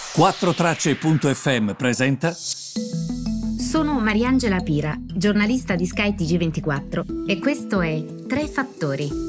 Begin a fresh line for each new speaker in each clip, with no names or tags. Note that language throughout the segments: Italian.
4Tracce.fm presenta.
Sono Mariangela Pira, giornalista di Sky TG24 e questo è Tre Fattori.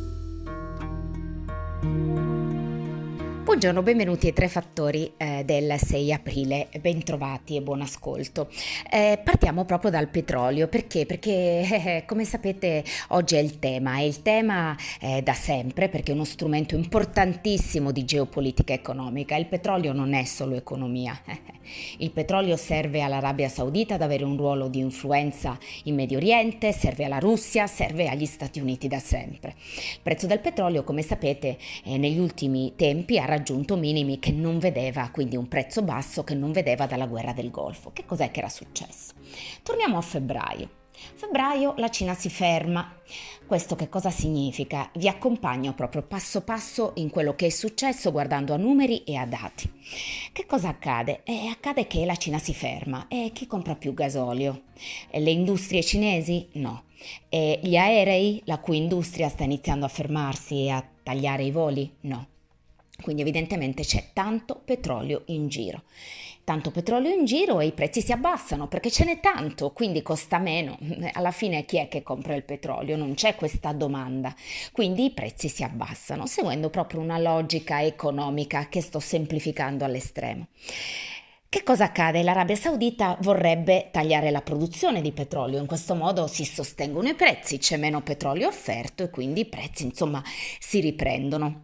Buongiorno, benvenuti ai Tre Fattori del 6 aprile, bentrovati e buon ascolto. Partiamo proprio dal petrolio, perché come sapete oggi è il tema da sempre, perché è uno strumento importantissimo di geopolitica economica. Il petrolio non è solo economia, il petrolio serve all'Arabia Saudita ad avere un ruolo di influenza in Medio Oriente, serve alla Russia, serve agli Stati Uniti da sempre. Il prezzo del petrolio, come sapete, negli ultimi tempi ha raggiunto minimi che non vedeva, quindi un prezzo basso che non vedeva dalla guerra del Golfo. Che cos'è che era successo? Torniamo a febbraio. Febbraio la Cina si ferma. Questo che cosa significa? Vi accompagno proprio passo passo in quello che è successo guardando a numeri e a dati. Che cosa accade? Accade che la Cina si ferma. E chi compra più gasolio? Le industrie cinesi? No. Gli aerei, la cui industria sta iniziando a fermarsi e a tagliare i voli? No. Quindi evidentemente c'è tanto petrolio in giro. Tanto petrolio in giro e i prezzi si abbassano perché ce n'è tanto, quindi costa meno. Alla fine chi è che compra il petrolio? Non c'è questa domanda. Quindi i prezzi si abbassano, seguendo proprio una logica economica che sto semplificando all'estremo. Che cosa accade? L'Arabia Saudita vorrebbe tagliare la produzione di petrolio, in questo modo si sostengono i prezzi, c'è meno petrolio offerto e quindi i prezzi si riprendono.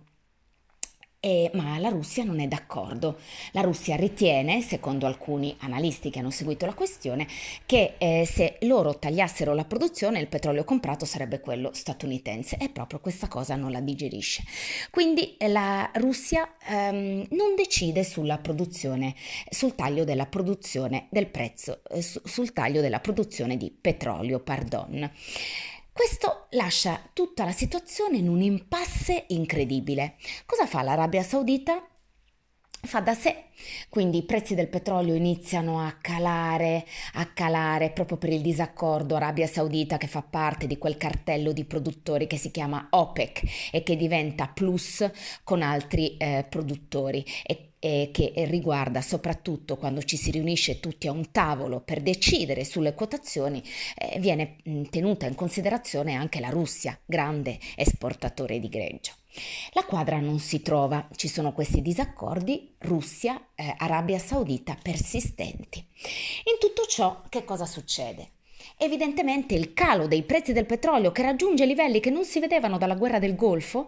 Ma la Russia non è d'accordo. La Russia ritiene, secondo alcuni analisti che hanno seguito la questione, che se loro tagliassero la produzione il petrolio comprato sarebbe quello statunitense e proprio questa cosa non la digerisce. Quindi la Russia non decide sulla produzione, sul taglio della produzione del prezzo, sul taglio della produzione di petrolio, pardon. Questo lascia tutta la situazione in un impasse incredibile. Cosa fa l'Arabia Saudita? Fa da sé, quindi i prezzi del petrolio iniziano a calare proprio per il disaccordo Arabia Saudita che fa parte di quel cartello di produttori che si chiama OPEC e che diventa plus con altri produttori e che riguarda soprattutto quando ci si riunisce tutti a un tavolo per decidere sulle quotazioni, viene tenuta in considerazione anche la Russia, grande esportatore di greggio. La quadra non si trova, ci sono questi disaccordi Russia, Arabia Saudita persistenti. In tutto ciò che cosa succede? Evidentemente il calo dei prezzi del petrolio che raggiunge livelli che non si vedevano dalla guerra del Golfo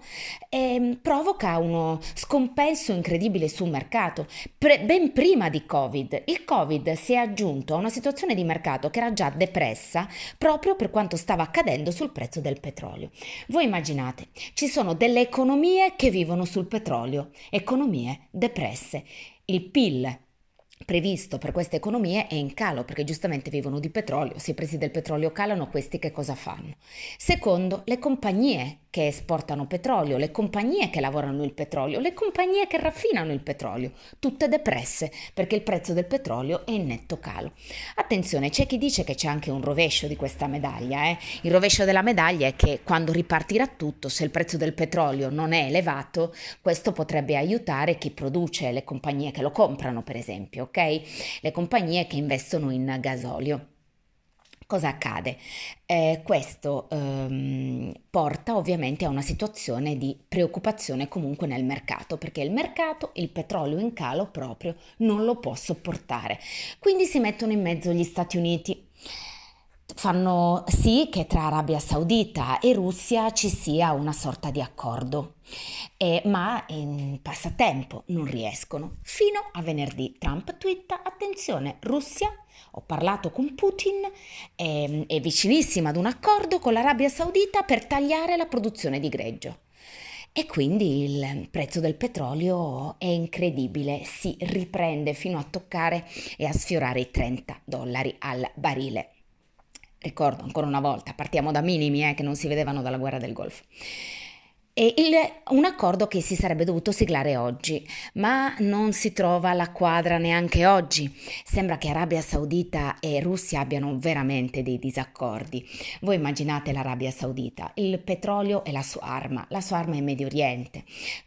provoca uno scompenso incredibile sul mercato. Ben prima di Covid, il Covid si è aggiunto a una situazione di mercato che era già depressa proprio per quanto stava accadendo sul prezzo del petrolio. Voi immaginate, ci sono delle economie che vivono sul petrolio, economie depresse. Il PIL previsto per queste economie è in calo perché giustamente vivono di petrolio. Se i prezzi del petrolio calano, questi che cosa fanno? Secondo, le compagnie che esportano petrolio, le compagnie che lavorano il petrolio, le compagnie che raffinano il petrolio, tutte depresse perché il prezzo del petrolio è in netto calo. Attenzione, c'è chi dice che c'è anche un rovescio di questa medaglia. Il rovescio della medaglia è che quando ripartirà tutto, se il prezzo del petrolio non è elevato, questo potrebbe aiutare chi produce, le compagnie che lo comprano per esempio, ok? Le compagnie che investono in gasolio. Cosa accade? Questo porta ovviamente a una situazione di preoccupazione comunque nel mercato, perché il petrolio in calo proprio non lo può sopportare. Quindi si mettono in mezzo gli Stati Uniti. Fanno sì che tra Arabia Saudita e Russia ci sia una sorta di accordo, ma in passatempo non riescono. Fino a venerdì Trump twitta: attenzione, Russia, ho parlato con Putin, è vicinissima ad un accordo con l'Arabia Saudita per tagliare la produzione di greggio. E quindi il prezzo del petrolio è incredibile, si riprende fino a toccare e a sfiorare i $30 al barile. Ricordo ancora una volta, partiamo da minimi che non si vedevano dalla guerra del Golfo. Un accordo che si sarebbe dovuto siglare oggi, ma non si trova la quadra neanche oggi. Sembra che Arabia Saudita e Russia abbiano veramente dei disaccordi. Voi immaginate l'Arabia Saudita, il petrolio è la sua arma è Medio Oriente,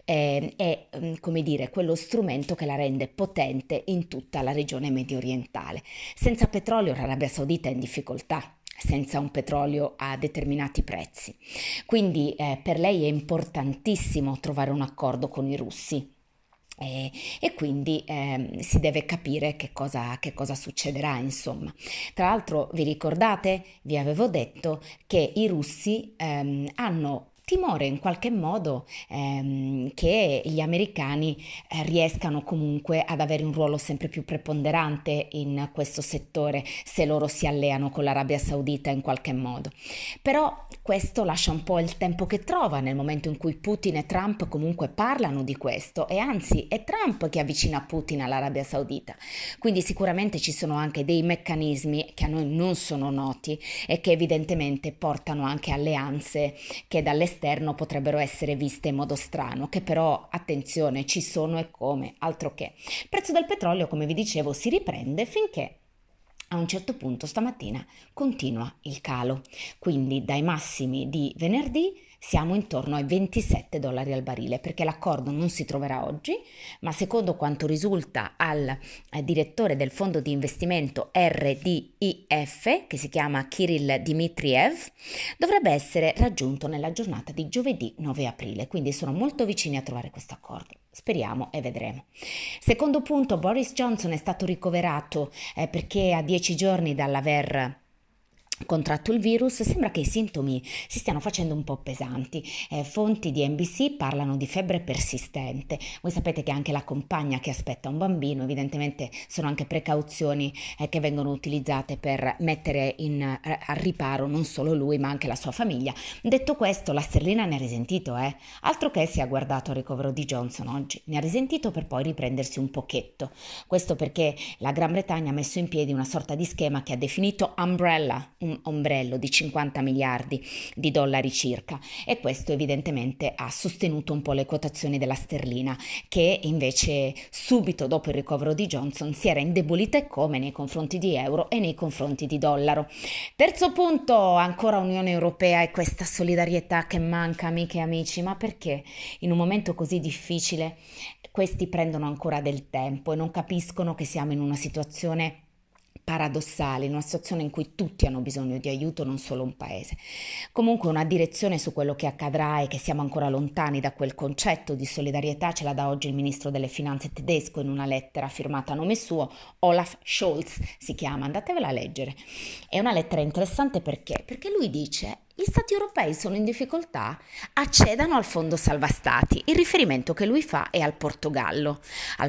come dire, quello strumento che la rende potente in tutta la regione medio orientale. Senza petrolio l'Arabia Saudita è in difficoltà, senza un petrolio a determinati prezzi. Quindi per lei è importantissimo trovare un accordo con i russi. E quindi si deve capire che cosa succederà, insomma. Tra l'altro, vi ricordate? Vi avevo detto che i russi hanno timore in qualche modo che gli americani riescano comunque ad avere un ruolo sempre più preponderante in questo settore se loro si alleano con l'Arabia Saudita in qualche modo. Però questo lascia un po' il tempo che trova nel momento in cui Putin e Trump comunque parlano di questo, e anzi è Trump che avvicina Putin all'Arabia Saudita. Quindi sicuramente ci sono anche dei meccanismi che a noi non sono noti e che evidentemente portano anche alleanze che dall'esterno potrebbero essere viste in modo strano, che però, attenzione, ci sono e come, altro che. Il prezzo del petrolio, come vi dicevo, si riprende finché a un certo punto stamattina continua il calo, quindi dai massimi di venerdì siamo intorno ai $27 al barile, perché l'accordo non si troverà oggi, ma secondo quanto risulta al direttore del fondo di investimento RDIF, che si chiama Kirill Dmitriev, dovrebbe essere raggiunto nella giornata di giovedì 9 aprile, quindi sono molto vicini a trovare questo accordo. Speriamo e vedremo. Secondo punto, Boris Johnson è stato ricoverato perché a 10 giorni dall'aver contratto il virus sembra che i sintomi si stiano facendo un po' pesanti. Fonti di NBC parlano di febbre persistente. Voi sapete che anche la compagna che aspetta un bambino, evidentemente sono anche precauzioni che vengono utilizzate per mettere al riparo non solo lui ma anche la sua famiglia. Detto questo, la sterlina ne ha risentito, altro che si è guardato al ricovero di Johnson oggi, ne ha risentito per poi riprendersi un pochetto. Questo perché la Gran Bretagna ha messo in piedi una sorta di schema che ha definito umbrella, un ombrello di 50 miliardi di dollari circa, e questo evidentemente ha sostenuto un po' le quotazioni della sterlina, che invece subito dopo il ricovero di Johnson si era indebolita, e come, nei confronti di euro e nei confronti di dollaro. Terzo punto, ancora Unione Europea e questa solidarietà che manca, amiche e amici, ma perché in un momento così difficile questi prendono ancora del tempo e non capiscono che siamo in una situazione paradossale, in una situazione in cui tutti hanno bisogno di aiuto, non solo un paese. Comunque una direzione su quello che accadrà, e che siamo ancora lontani da quel concetto di solidarietà, ce la dà oggi il ministro delle finanze tedesco in una lettera firmata a nome suo. Olaf Scholz si chiama, andatevela a leggere. È una lettera interessante perché lui dice: gli stati europei sono in difficoltà, accedano al fondo salva stati. Il riferimento che lui fa è al Portogallo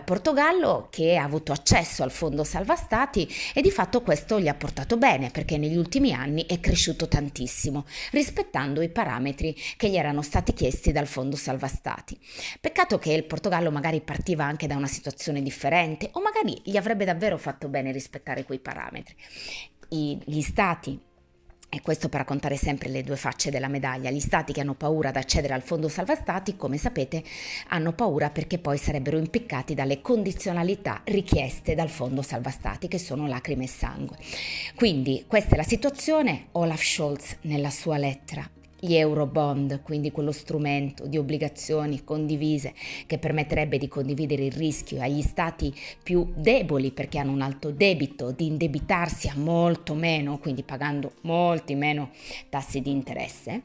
che ha avuto accesso al fondo salva stati, e di fatto questo gli ha portato bene, perché negli ultimi anni è cresciuto tantissimo, rispettando i parametri che gli erano stati chiesti dal fondo salva stati. Peccato che il Portogallo magari partiva anche da una situazione differente, o magari gli avrebbe davvero fatto bene rispettare quei parametri. Gli stati, e questo per raccontare sempre le due facce della medaglia, gli stati che hanno paura ad accedere al fondo salva stati, come sapete, hanno paura perché poi sarebbero impiccati dalle condizionalità richieste dal fondo salva stati, che sono lacrime e sangue. Quindi questa è la situazione. Olaf Scholz nella sua lettera: gli Eurobond, quindi quello strumento di obbligazioni condivise che permetterebbe di condividere il rischio agli stati più deboli, perché hanno un alto debito, di indebitarsi a molto meno, quindi pagando molti meno tassi di interesse.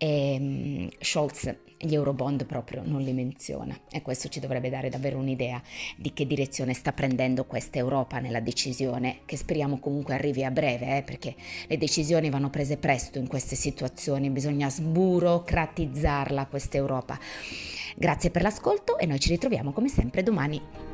Scholz gli Eurobond proprio non li menziona, e questo ci dovrebbe dare davvero un'idea di che direzione sta prendendo questa Europa nella decisione, che speriamo comunque arrivi a breve, perché le decisioni vanno prese presto in queste situazioni, bisogna sburocratizzarla questa Europa. Grazie per l'ascolto e noi ci ritroviamo come sempre domani.